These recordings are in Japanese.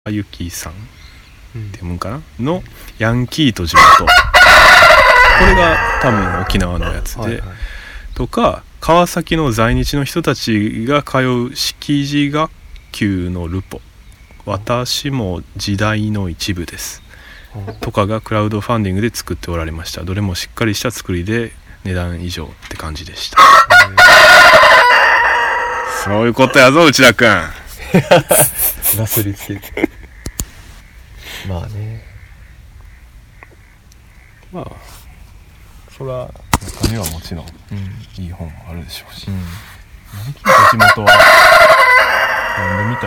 ゆきさんって読むんかなのヤンキーと地元、これが多分沖縄のやつで、はいはい、とか川崎の在日の人たちが通う識字学級のルポ、私も時代の一部ですとかがクラウドファンディングで作っておられました。どれもしっかりした作りで値段以上って感じでした。そういうことやぞ内田くんなすりつけてまあね、 まあそら中身はもちろんいい本もあるでしょうし、ヤンキーと地元は読んでみた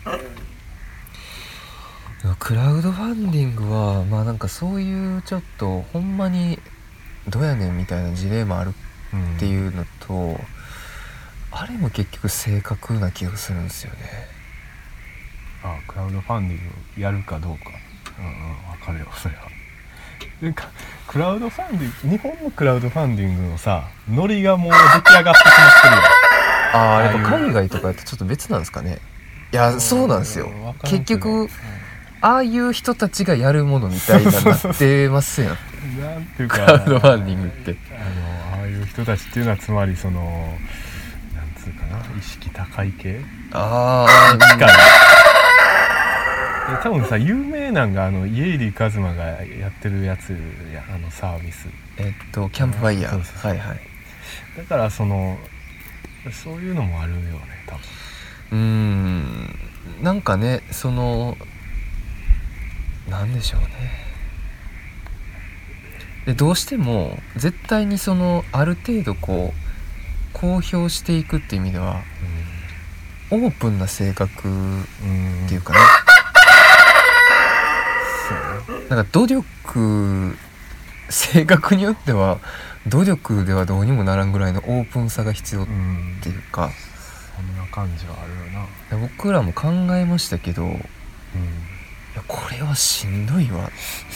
いな。 クラウドファンディングはまあなんかそういうちょっとほんまにどうやねんみたいな事例もあるっていうのと、あれも結局正確な気がするんですよね。 ああ、クラウドファンディングやるかどうか、分かるよそれは。なんかクラウドファンディング、日本のクラウドファンディングのさノリがもう出来上がってしまってるよ。 ああ、やっぱ海外とかやとちょっと別なんですかね。いや、そうなんですよ。結局ああいう人たちがやるものみたいななってますやん。 なんていうかクラウドファンディングってああいう人たちっていうのはつまりそのなんつうかな、意識高い系、 ああ近い。多分さ有名なんが家入一馬がやってるやつや、サービスキャンプファイヤー、 そうそうそう、 はいはい。 だからそういうのもあるよね多分。 なんかね、なんでしょうね。でどうしても絶対にある程度こう公表していくっていう意味では、オープンな性格っていうかね、なんか努力、性格によっては努力ではどうにもならんぐらいのオープンさが必要っていうか、 そんな感じはあるよな。 僕らも考えましたけど、いやこれはしんどいわ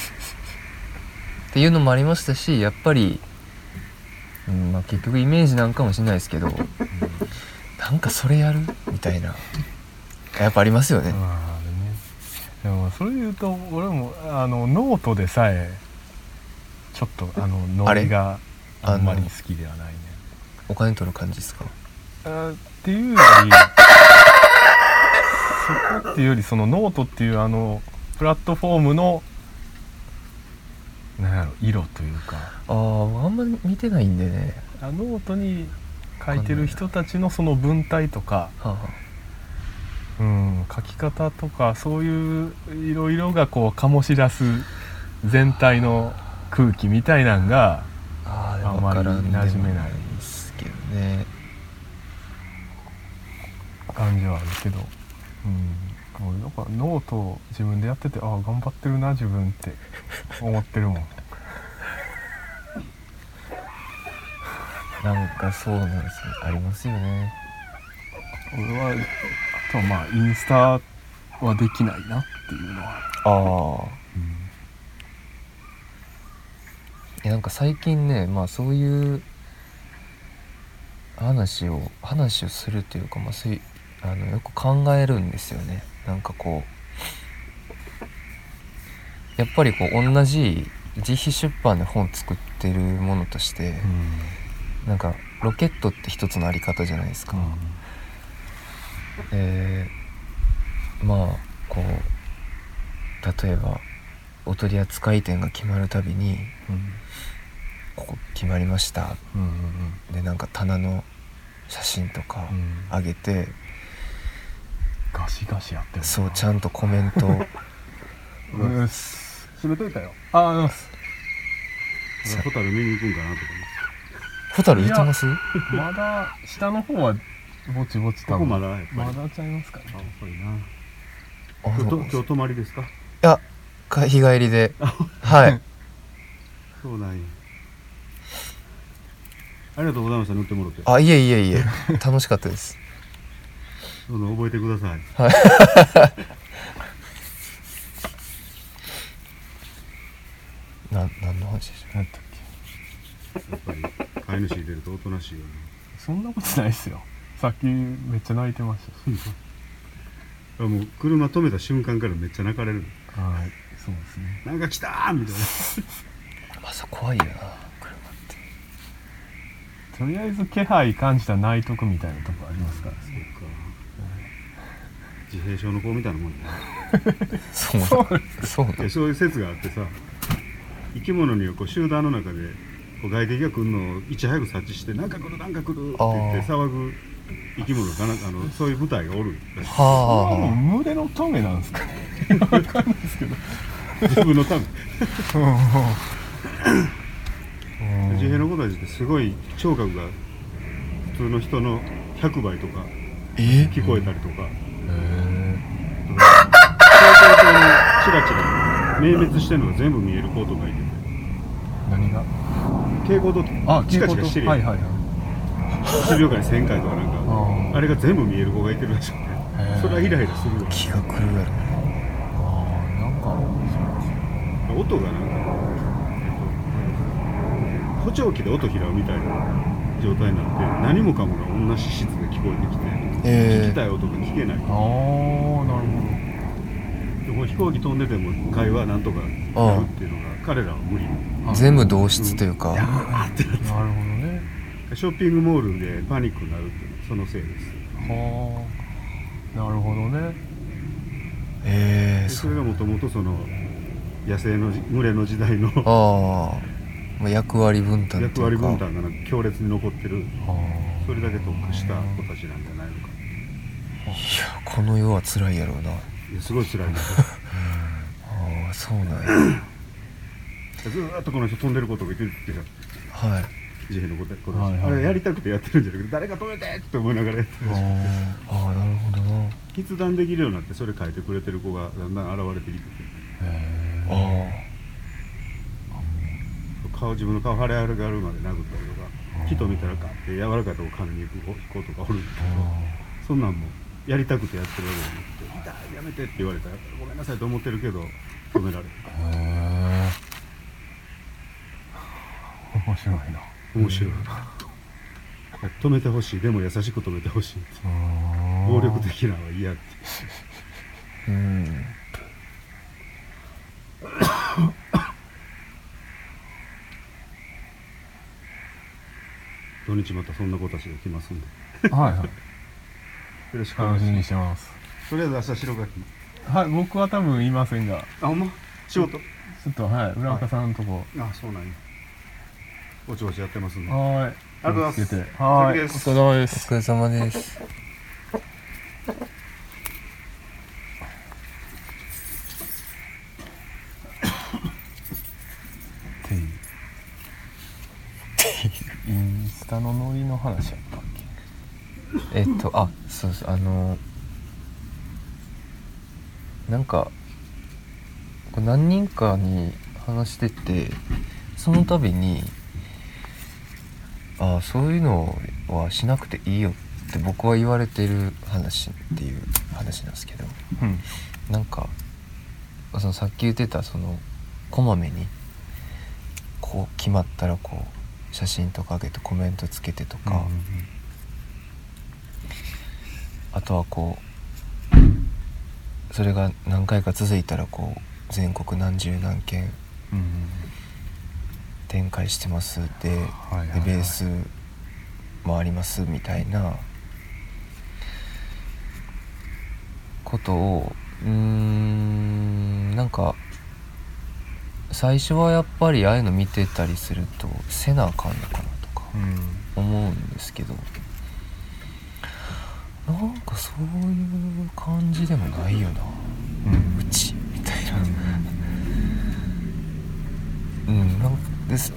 っていうのもありましたし、やっぱり、まあ、結局イメージなんかもしれないですけど、なんかそれやるみたいなやっぱありますよね。 でもそれで言うと俺もノートでさえちょっとノリがあんまり好きではないね。 お金取る感じですか？ っていうよりそこっていうよりそのノートっていうプラットフォームのなんやろ色というか、 あんまり見てないんでね。 ノートに書いてる人たちのその文体とか、書き方とかそういういろいろがこう醸し出す全体の空気みたいなんがあんまり馴染めないですけどね、 感じはあるけど、もうなんかノートを自分でやってて頑張ってるな自分って思ってるもん。 なんかそうなんですよ、ありますよね。 俺はあとまあインスタはできないなっていうのは。 なんか最近ね、まあそういう話をするっていうか、まあそういうよく考えるんですよね。なんかこうやっぱりこう同じ自費出版で本作ってるものとして、なんかロケットって一つのあり方じゃないですか。まあこう例えばお取り扱い店が決まるたびに、ここ決まりました、でなんか棚の写真とか上げて、 ガシガシやってる。 そうちゃんとコメント閉めといたよ。ホタル見に行くんかなと思います。 ホタル言ってます？ まだ下の方はぼちぼち多分ここまだやっぱりまだちゃいますかね。 遅いな。今日泊まりですか？ いや、日帰りではい。 そうなんや。ありがとうございました。乗ってもらって。 いえ楽しかったです。 どうぞ覚えてください。 はい。何の話でしょう。 何だっけ。 やっぱり飼い主入れるとおとなしいよね。 そんなことないですよ。さっきめっちゃ泣いてましたし。 もう車止めた瞬間からめっちゃ泣かれる。 はいそうですね。 なんか来たーみたいな。 朝怖いよな車って。 とりあえず気配感じたら泣いとくみたいなとこありますからね。 自閉症の子みたいなもんね。 そうなそういう説があってさ、生き物にはこう集団の中でこう外敵が来るのをいち早く察知してなんか来るなんか来るって言って騒ぐ生き物かな、そういう部隊がおるらしい。 は群れのためなんですかね。わかんないですけど。 自分のため。自閉の子たちってすごい聴覚が普通の人の100倍とか聞こえたりとか、蛍光灯のチラチラ明滅してるのが全部見える子とかいてて、 何が？ 蛍光灯ってチカチカしてるやん、 はいはいはい。 1秒間に1000回とかなんかあれが全部見える子がいてるらしくて、それはイライラするわ。 気が狂うやろ。 なんか音がなんか、補聴器で音拾うみたいな状態になって何もかもが同じ質で聞こえてきて、聞きたい音が聞けない。 なるほでも飛行機飛んでても会話なんとかやるっていうのが彼らは無理。 全部同質というか、 ってなってど。なるほどね。 ショッピングモールでパニックになるっていうのはそのせいです。 はあ。なるほどね。 でそれがもともとその野生の群れの時代の役割分担というか役割分担がなんか強烈に残ってる、それだけ特化した子たちなんじゃないのか。 いやこの世は辛いやろうな。 いやすごい辛いです。 そうなんや。 ずーっとこの人飛んでることが言ってるはい。 自閉の子たち、 はいはいあれやりたくてやってるんじゃなくて誰か止めてって思いながらやってるらしくて、 なるほどな。 筆談できるようになってそれ書いてくれてる子がだんだん現れてきてて、自分の顔腫れ上がるまで殴ったりとか、人見たらガッて柔らかいとこ噛みに行く子とかおるんだけど、そんなんもやりたくてやってるわけじゃなくて、痛いやめてって言われたらごめんなさいと思ってるけど止められる。 面白いな。 面白い。止めてほしい、でも優しく止めてほしいって、暴力的なのは嫌って。土日またそんな子たちが来ますんではいはい。 よろしくお願いします。 楽しみにしてます。 とりあえず明日白柿。 はい、僕は多分いませんが、 あ、ほんま仕事。 ちょっとはい、浦岡さんのとこ。 あ、そうなんや。ぼちぼちやってますんで。 はい。 ありがとうございます。 はい。おお疲れ様です疲れ様でおす。 疲れ様です。 インスタのノリの話やったっけ？ そうです。なんかこう何人かに話してて、その度にそういうのはしなくていいよって僕は言われてる話っていう話なんですけど、なんかそのさっき言ってたそのこまめにこう決まったらこう写真とか上げてコメントつけてとか、あとはこうそれが何回か続いたらこう全国何十何件展開してますで、でベースもありますみたいなことをなんか最初はやっぱりああいうの見てたりするとせなあかんのかなとか思うんですけど、なんかそういう感じでもないよな、うちみたいな、なんです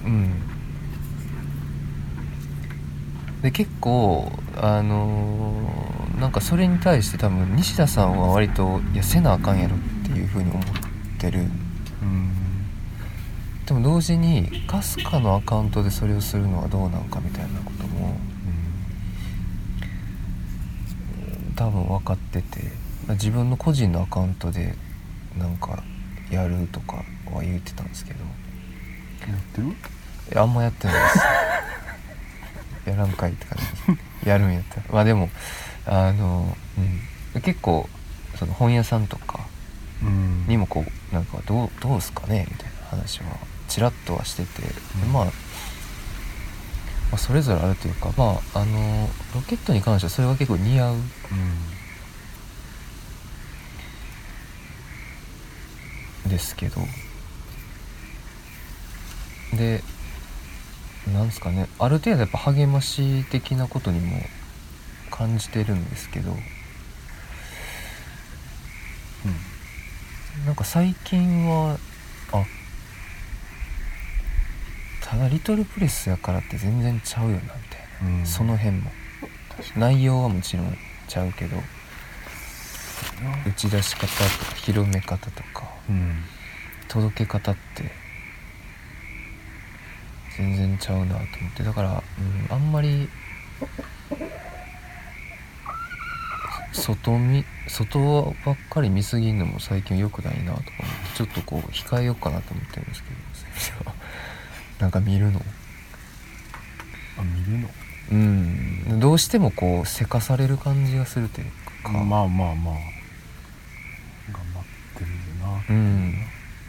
で結構なんかそれに対して多分西田さんは割といやせなあかんやろっていう風に思ってる、でも同時にかすかのアカウントでそれをするのはどうなんかみたいなことも、多分分かってて、自分の個人のアカウントでなんかやるとかは言ってたんですけど、 やってる？ いやあんまやってないですやらんかいって感じですやるんやったらでも結構その本屋さんとかうんにもこうなんかどうすかねみたいな話はちらっとはしてて、まあそれぞれあるというか、ロケットに関してはそれが結構似合うですけど、でなんすかね、ある程度やっぱ励まし的なことにも感じてるんですけど、なんか最近はただリトルプレスやからって全然ちゃうよなみたいな、その辺も内容はもちろんちゃうけど、打ち出し方とか広め方とか、届け方って全然ちゃうなと思って、だから、あんまり外ばっかり見すぎるのも最近良くないなとか思って、ちょっとこう控えようかなと思ってるんですけどなんか見るのどうしてもこうせかされる感じがするというか、 まあ頑張ってるよな。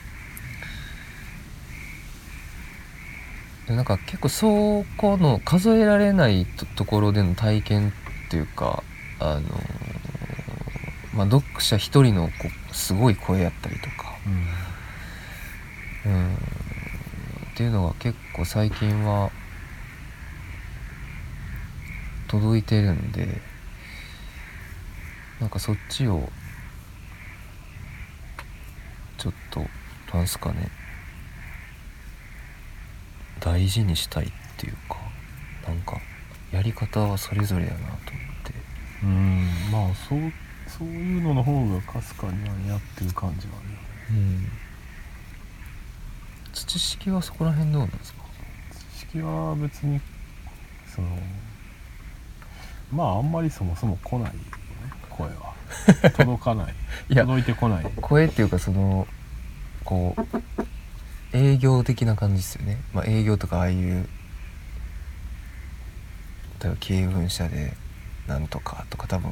でなんか結構そこの数えられないところでの体験っていうか、読者一人のこうすごい声やったりとか、っていうのが結構最近は届いてるんで、なんかそっちをちょっとなんすかね、大事にしたいっていうか、なんかやり方はそれぞれやなと思って、 まあそういうのの方がかすかにはやってる感じはあるよね。 土式はそこら辺どうなんですか？ 土式は別にあんまりそもそも来ないよね、声は届かないいや届いてこない。 声っていうかこう営業的な感じですよね。営業とかああいう例えば経営社でなんとかとか多分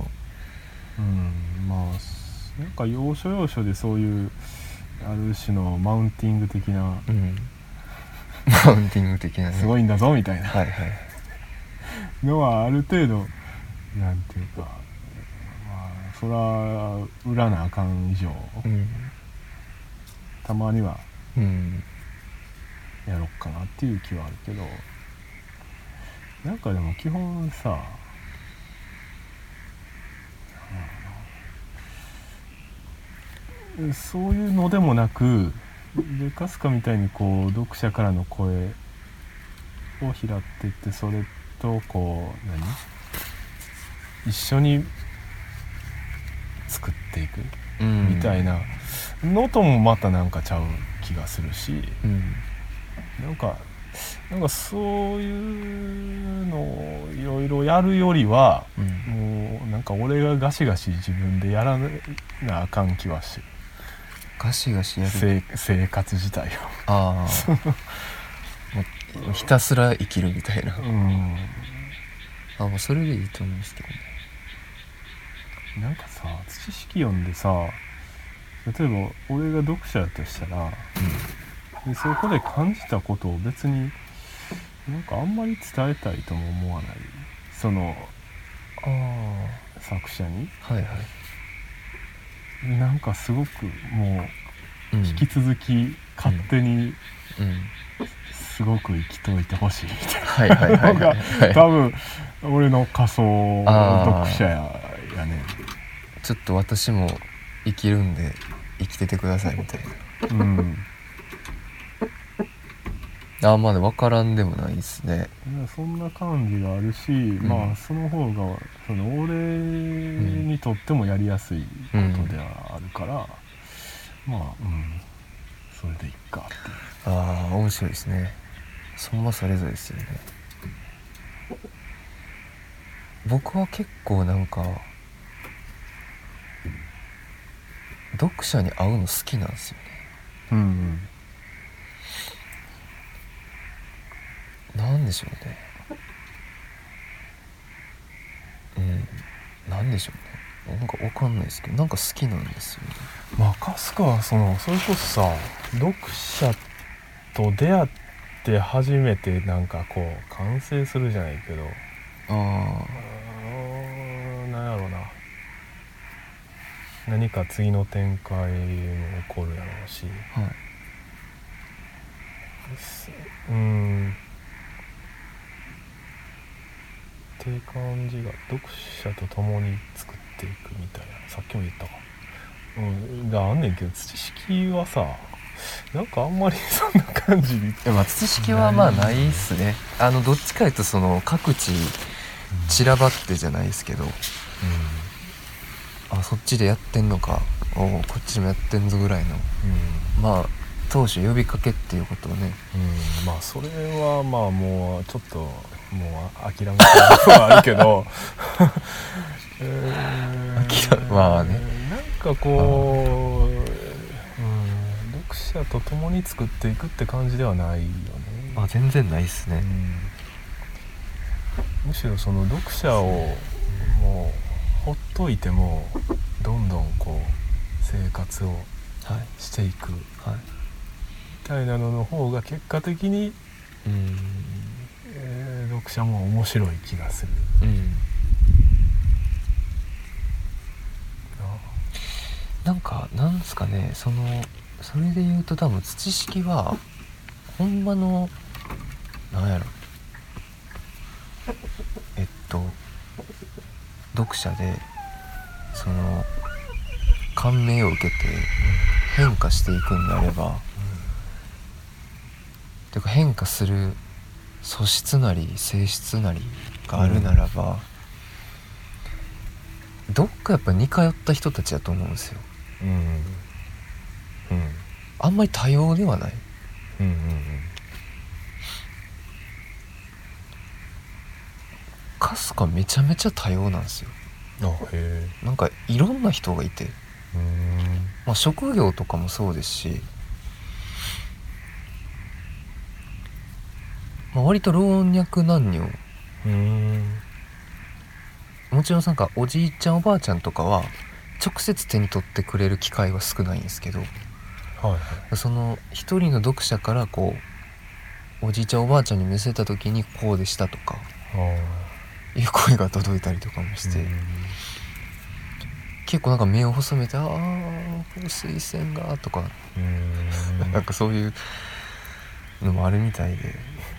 なんか要所要所でそういうある種のマウンティング的な、 マウンティング的なね、 すごいんだぞみたいなのはある程度なんていうか、そら裏なあかん以上、たまにはやろっかなっていう気はあるけど、なんかでも基本さ、そういうのでもなく、でかすかみたいにこう読者からの声を拾っていって、それとこう一緒に作っていくみたいなのともまたなんかちゃう気がするし、なんかそういうのをいろいろやるよりは、もうなんか俺がガシガシ自分でやらなあかん気はしてる。 ガシガシやる生活自体をもうひたすら生きるみたいな、もうそれでいいと思うんですけどね。 なんかさ、土式読んでさ、例えば俺が読者だとしたら、でそこで感じたことを別になんかあんまり伝えたいとも思わない、その作者に、なんかすごくもう引き続き勝手にすごく生きといてほしいみたいなのが多分俺の仮想読者やね。 ちょっと私も生きるんで生きててくださいみたいな。まだ分からんでもないですね。 そんな感じがあるし、その方が俺にとってもやりやすいことではあるから、それでいっかっていう。 面白いですね。そんなそれぞれですよね。僕は結構なんか読者に会うの好きなんですよね。なんでしょうね。なんでしょうね。 なんかわかんないですけどなんか好きなんですよね。 まあかすかはそれこそさ読者と出会って初めてなんかこう完成するじゃないけどなんやろうな何か次の展開も起こるやろうし、 はい、 っていう感じが読者と共に作っていくみたいなさっきも言ったかがあんねんけど土式はさなんかあんまりそんな感じに土式はまあないっすね。どっちかいうとその各地散らばってじゃないですけど、そっちでやってんのかこっちもやってんぞぐらいの、まあ当初呼びかけっていうことをね、 まあそれはまあもうちょっともう諦めたことはあるけどまあねなんかこう、読者と共に作っていくって感じではないよね。 全然ないっすね、 むしろその読者をもうほっといてもどんどんこう生活をしていくみたいなのの方が結果的に、読者も面白い気がする、 なんかなんすかねそれで言うと多分土式はほんまのなんやろ読者でその感銘を受けて変化していくんであれば、ていうか変化する素質なり性質なりがあるならば、どっかやっぱ似通った人たちだと思うんですよ。あんまり多様ではない。かすかめちゃめちゃ多様なんですよ。なんかいろんな人がいて、職業とかもそうですし、割と老若男女、もちろんなんかおじいちゃんおばあちゃんとかは直接手に取ってくれる機会は少ないんですけど、その一人の読者からこうおじいちゃんおばあちゃんに見せた時にこうでしたとかいう声が届いたりとかもして、結構なんか目を細めて水線がとかなんかそういうのもあるみたいで、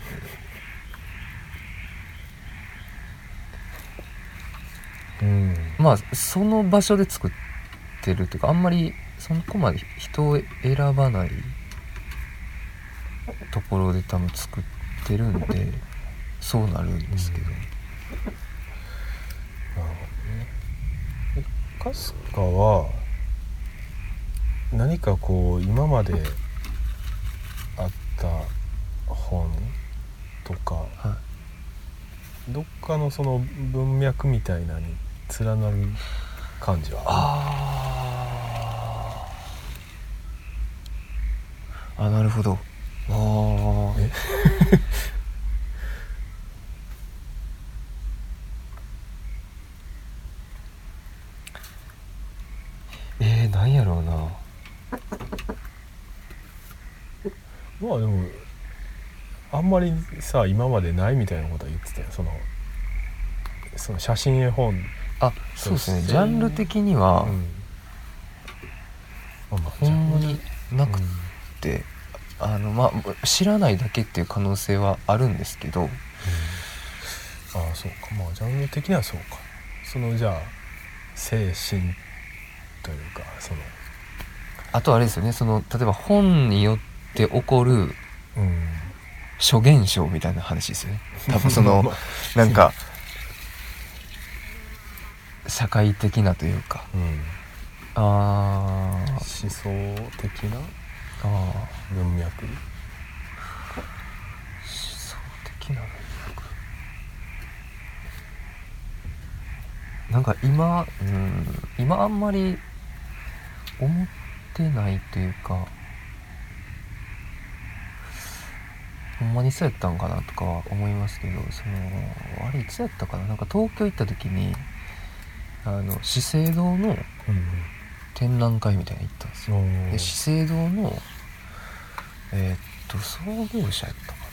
まあその場所で作ってるというかあんまりそこまで人を選ばないところで多分作ってるんでそうなるんですけど、 かすかは何かこう今まであった本とか、どっかのその文脈みたいなに連なる感じはなるほど。なんやろうな。 まあでもあんまりさ今までないみたいなことは言ってたよ。その写真絵本そうですね。ジャンル的には、ほんまになくて、知らないだけっていう可能性はあるんですけど、 そうか、まあジャンル的にはそうか。じゃあ精神というかあとあれですよね。例えば本によって起こる諸現象みたいな話ですよね。多分なんか社会的なというか、 思想的な文脈、 思想的な文脈、なんか今あんまり思ってないというか、ほんまにそうやったんかなとかは思いますけど、あれいつやったかな。なんか東京行った時に資生堂の展覧会みたいなの行ったんですよ。で資生堂の創業者やったか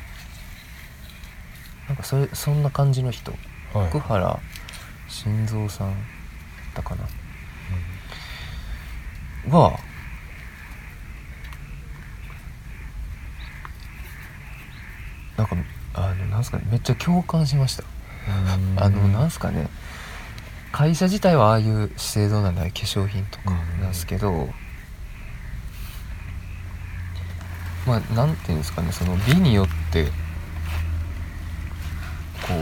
な、なんかそんな感じの人、 はい、 福原晋三さんだったかな、がなんかなんすかね、めっちゃ共感しました。なんすかね、会社自体はああいう資生堂なんだ、化粧品とかなんですけど、まあなんていうんですかね、その美によってこ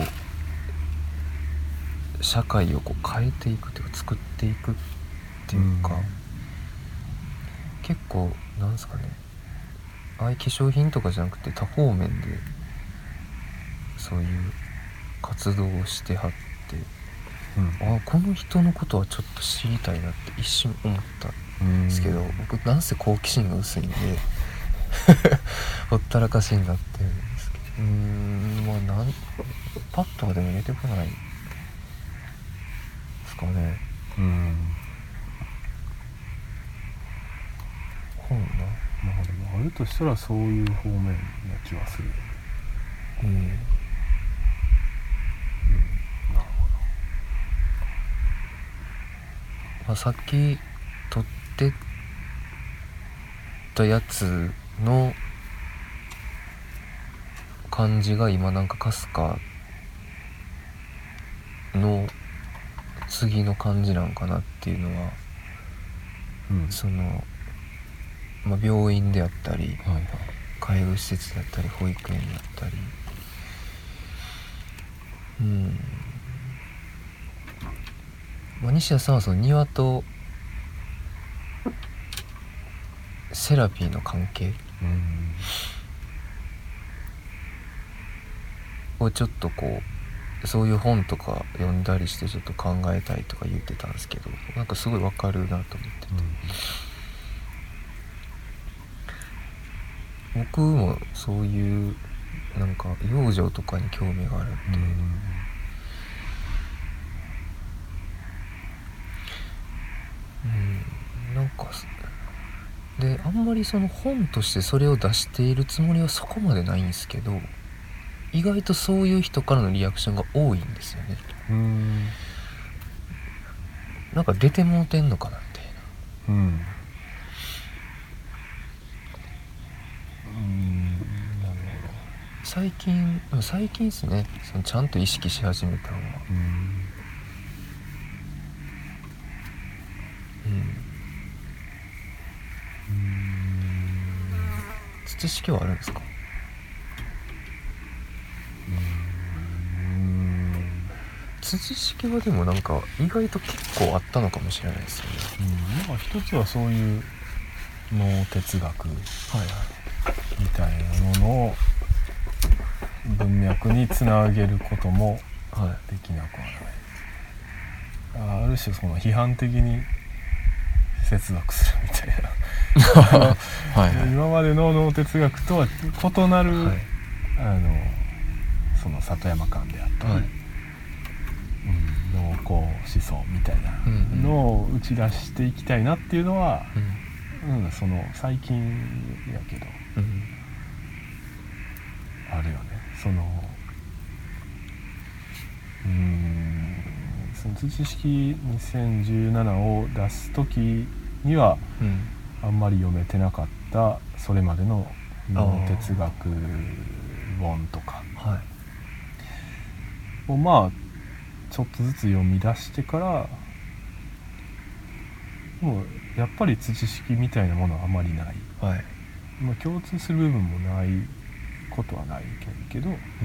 う社会をこう変えていくというか作っていくっていうか、結構なんすかね、ああいう化粧品とかじゃなくて多方面でそういう活動をしてはって、この人のことはちょっと知りたいなって一瞬思ったんですけど、僕なんせ好奇心が薄いんでほったらかしになってるんですけど、まあパッとはでも出てこないですかね。本な、 まあでもあるとしたらそういう方面な気はする。なるまあ、さっき撮ってたやつの感じが今なんかかすかの次の感じなんかなっていうのは、その、まあ、病院であったり、介護施設だったり保育園だったり、まあ、西田さんはその庭とセラピーの関係をちょっとこうそういう本とか読んだりしてちょっと考えたいとか言ってたんですけど、なんかすごいわかるなと思ってて、僕もそういうなんか養生とかに興味があるんで、なんかであんまりその本としてそれを出しているつもりはそこまでないんですけど、意外とそういう人からのリアクションが多いんですよね。なんか出てもうてんのかなみたいな。最近ですね、そのちゃんと意識し始めたのは。土式はあるんですか？土式はでもなんか意外と結構あったのかもしれないですよね。 まあ一つはそういう脳哲学みたいなものを文脈につなげることもできなくはない、ある種その批判的に哲学するみたいな今までの脳哲学とは異なる、その里山観であったり、農耕思想みたいなのを打ち出していきたいなっていうのは、その最近やけど、あるよね。その土式2017を出す時には、あんまり読めてなかったそれまでの脳哲学本とかをまあちょっとずつ読み出してから、もうやっぱり土式みたいなものはあまりない、まあ、共通する部分もないことはないけど、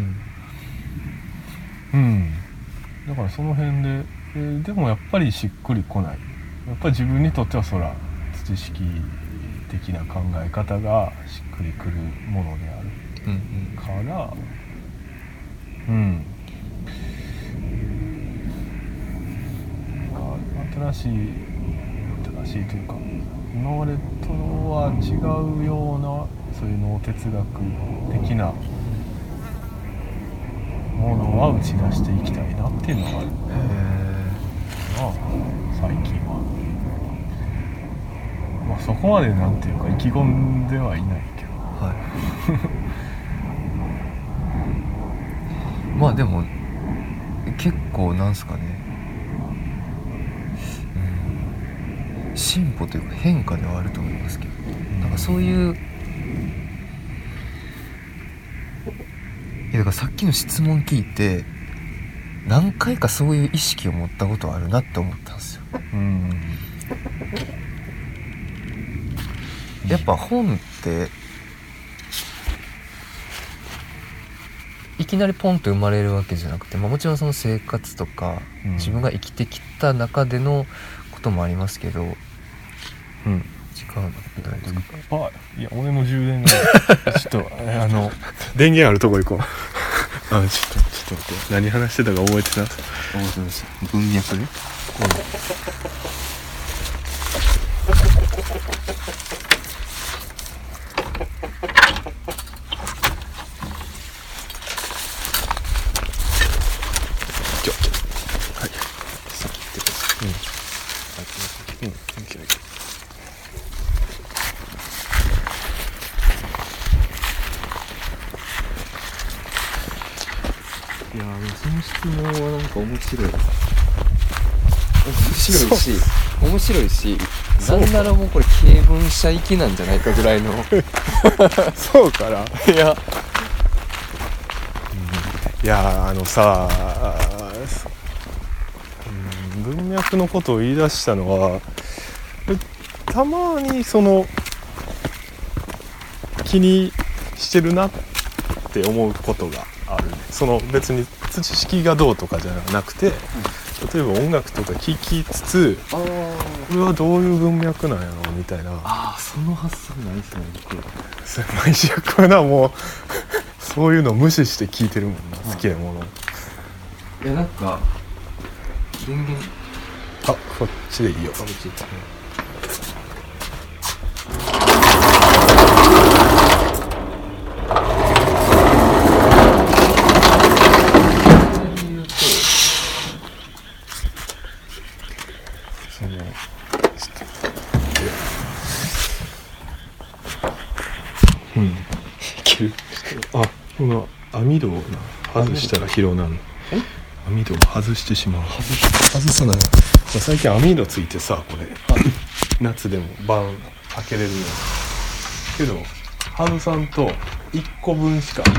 だからその辺で、でもやっぱりしっくりこない。やっぱり自分にとってはそら土式的な考え方がしっくりくるものであるから、新しいというか今までとは違うようなそういう脳哲学的なものは打ち出していきたいなっていうのがある。 な最近は。まあそこまでなんていうか意気込んではいないけど、 はいまあでも結構なんすかね、進歩というか変化ではあると思いますけど、なんかそういうだからさっきの質問聞いて何回かそういう意識を持ったことあるなって思ったんですよ。やっぱ本っていきなりポンと生まれるわけじゃなくて、もちろんその生活とか、自分が生きてきた中でのこともありますけど、時間大丈夫ですか？ いや俺の充電がちょっと電源あるとこ行こう。ちょっと待って何話してたか覚えてた？ 文脈ね。 はいさっき言ってたいやその質問はなんか面白いしなんならもうこれ軽文社行きなんじゃないかぐらいのそうかな。いやさ文脈のことを言い出したのはたまにその気にしてるなって思うことがあるね。その別に知識がどうとかじゃなくて、例えば音楽とか聴きつつこれはどういう文脈なんやろうみたいな。 その発想ないですね僕。 毎週これなもうそういうの無視して聴いてるもんな、好きなもの。 いやなんか電源こっちでいいよ。いける。この網戸を外したら広なる。網戸を外してしまう。外さない。最近網戸ついてさ、これ夏でも晩開けれるように。けど外さんと1個分しかこれ。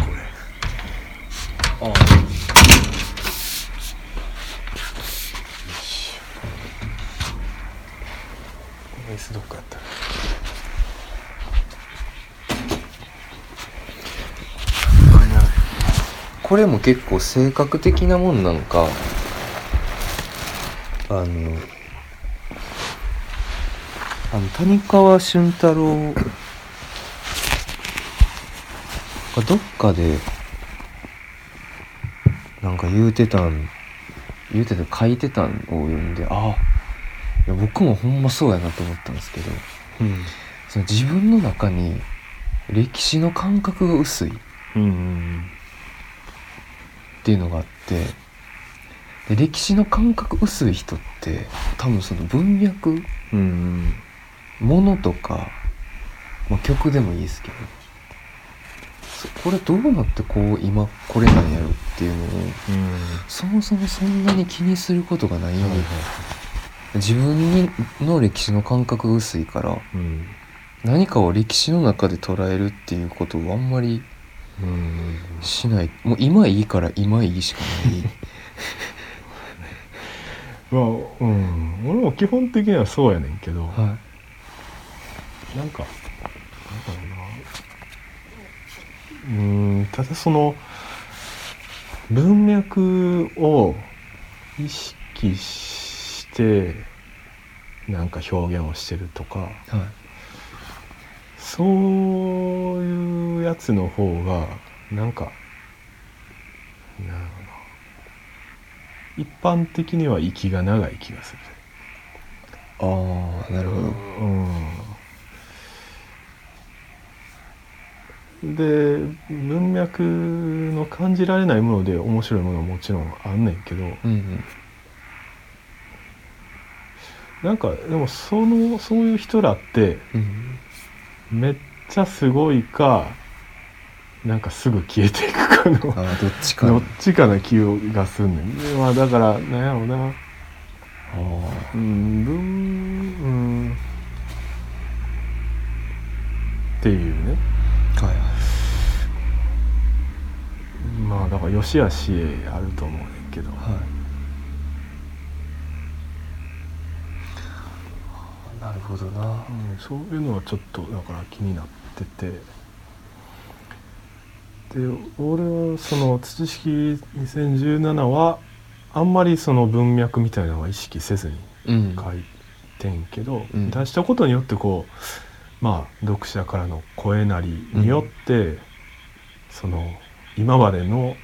椅子どっかやったら。 これも結構性格的なもんなのか、谷川俊太郎がどっかでなんか言うてた書いてたんを読んで、いや僕もほんまそうやなと思ったんですけど、その自分の中に歴史の感覚が薄いっていうのがあって、で歴史の感覚薄い人って多分その文脈、ものとか、曲でもいいですけど、これどうなってこう今これなんやろっていうのを、そもそもそんなに気にすることがないように、自分の歴史の感覚が薄いから、何かを歴史の中で捉えるっていうことをあんまりしない。もう今いいから今いいしかない俺も基本的にはそうやねんけど、なんかただその文脈を意識してなんか表現をしてるとか、そういうやつの方がなんか一般的には息が長い気がする。 なるほど。 で文脈の感じられないもので面白いものはもちろんあんねんけど、 なんかでもそういう人らってめっちゃすごいかなんかすぐ消えていくかのどっちかどっちかな気がすんねん。まあだからなんやろうな、っていうね。 はい。 まあだから良し悪しあると思うねんけど、 はい、なるほどな、 そういうのはちょっとだから気になってて、で俺はその土式2017はあんまりその文脈みたいなのは意識せずに書いてんけど、出したことによってこうまあ読者からの声なりによって、その今までの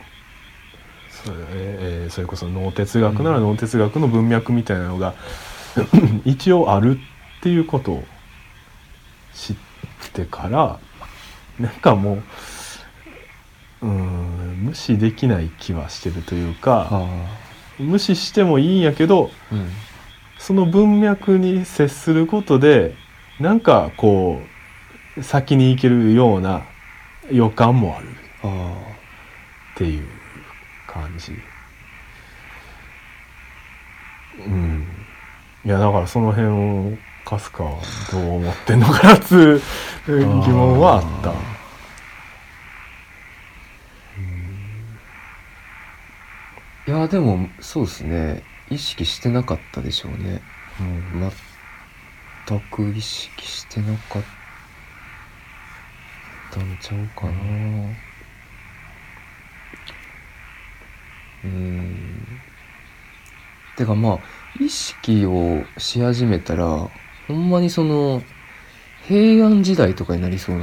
それこそ脳哲学なら脳哲学の文脈みたいなのが一応あるっていうことを知ってからなんかもう無視できない気はしてるというか、無視してもいいんやけど、その文脈に接することでなんかこう先に行けるような予感もあるっていう感じ。いやだからその辺をかすかはどう思ってんのかなっていう疑問はあった。 いやでもそうですね、意識してなかったでしょうね、全く意識してなかったんちゃうかな。てかまあ意識をし始めたらほんまにその平安時代とかになりそうな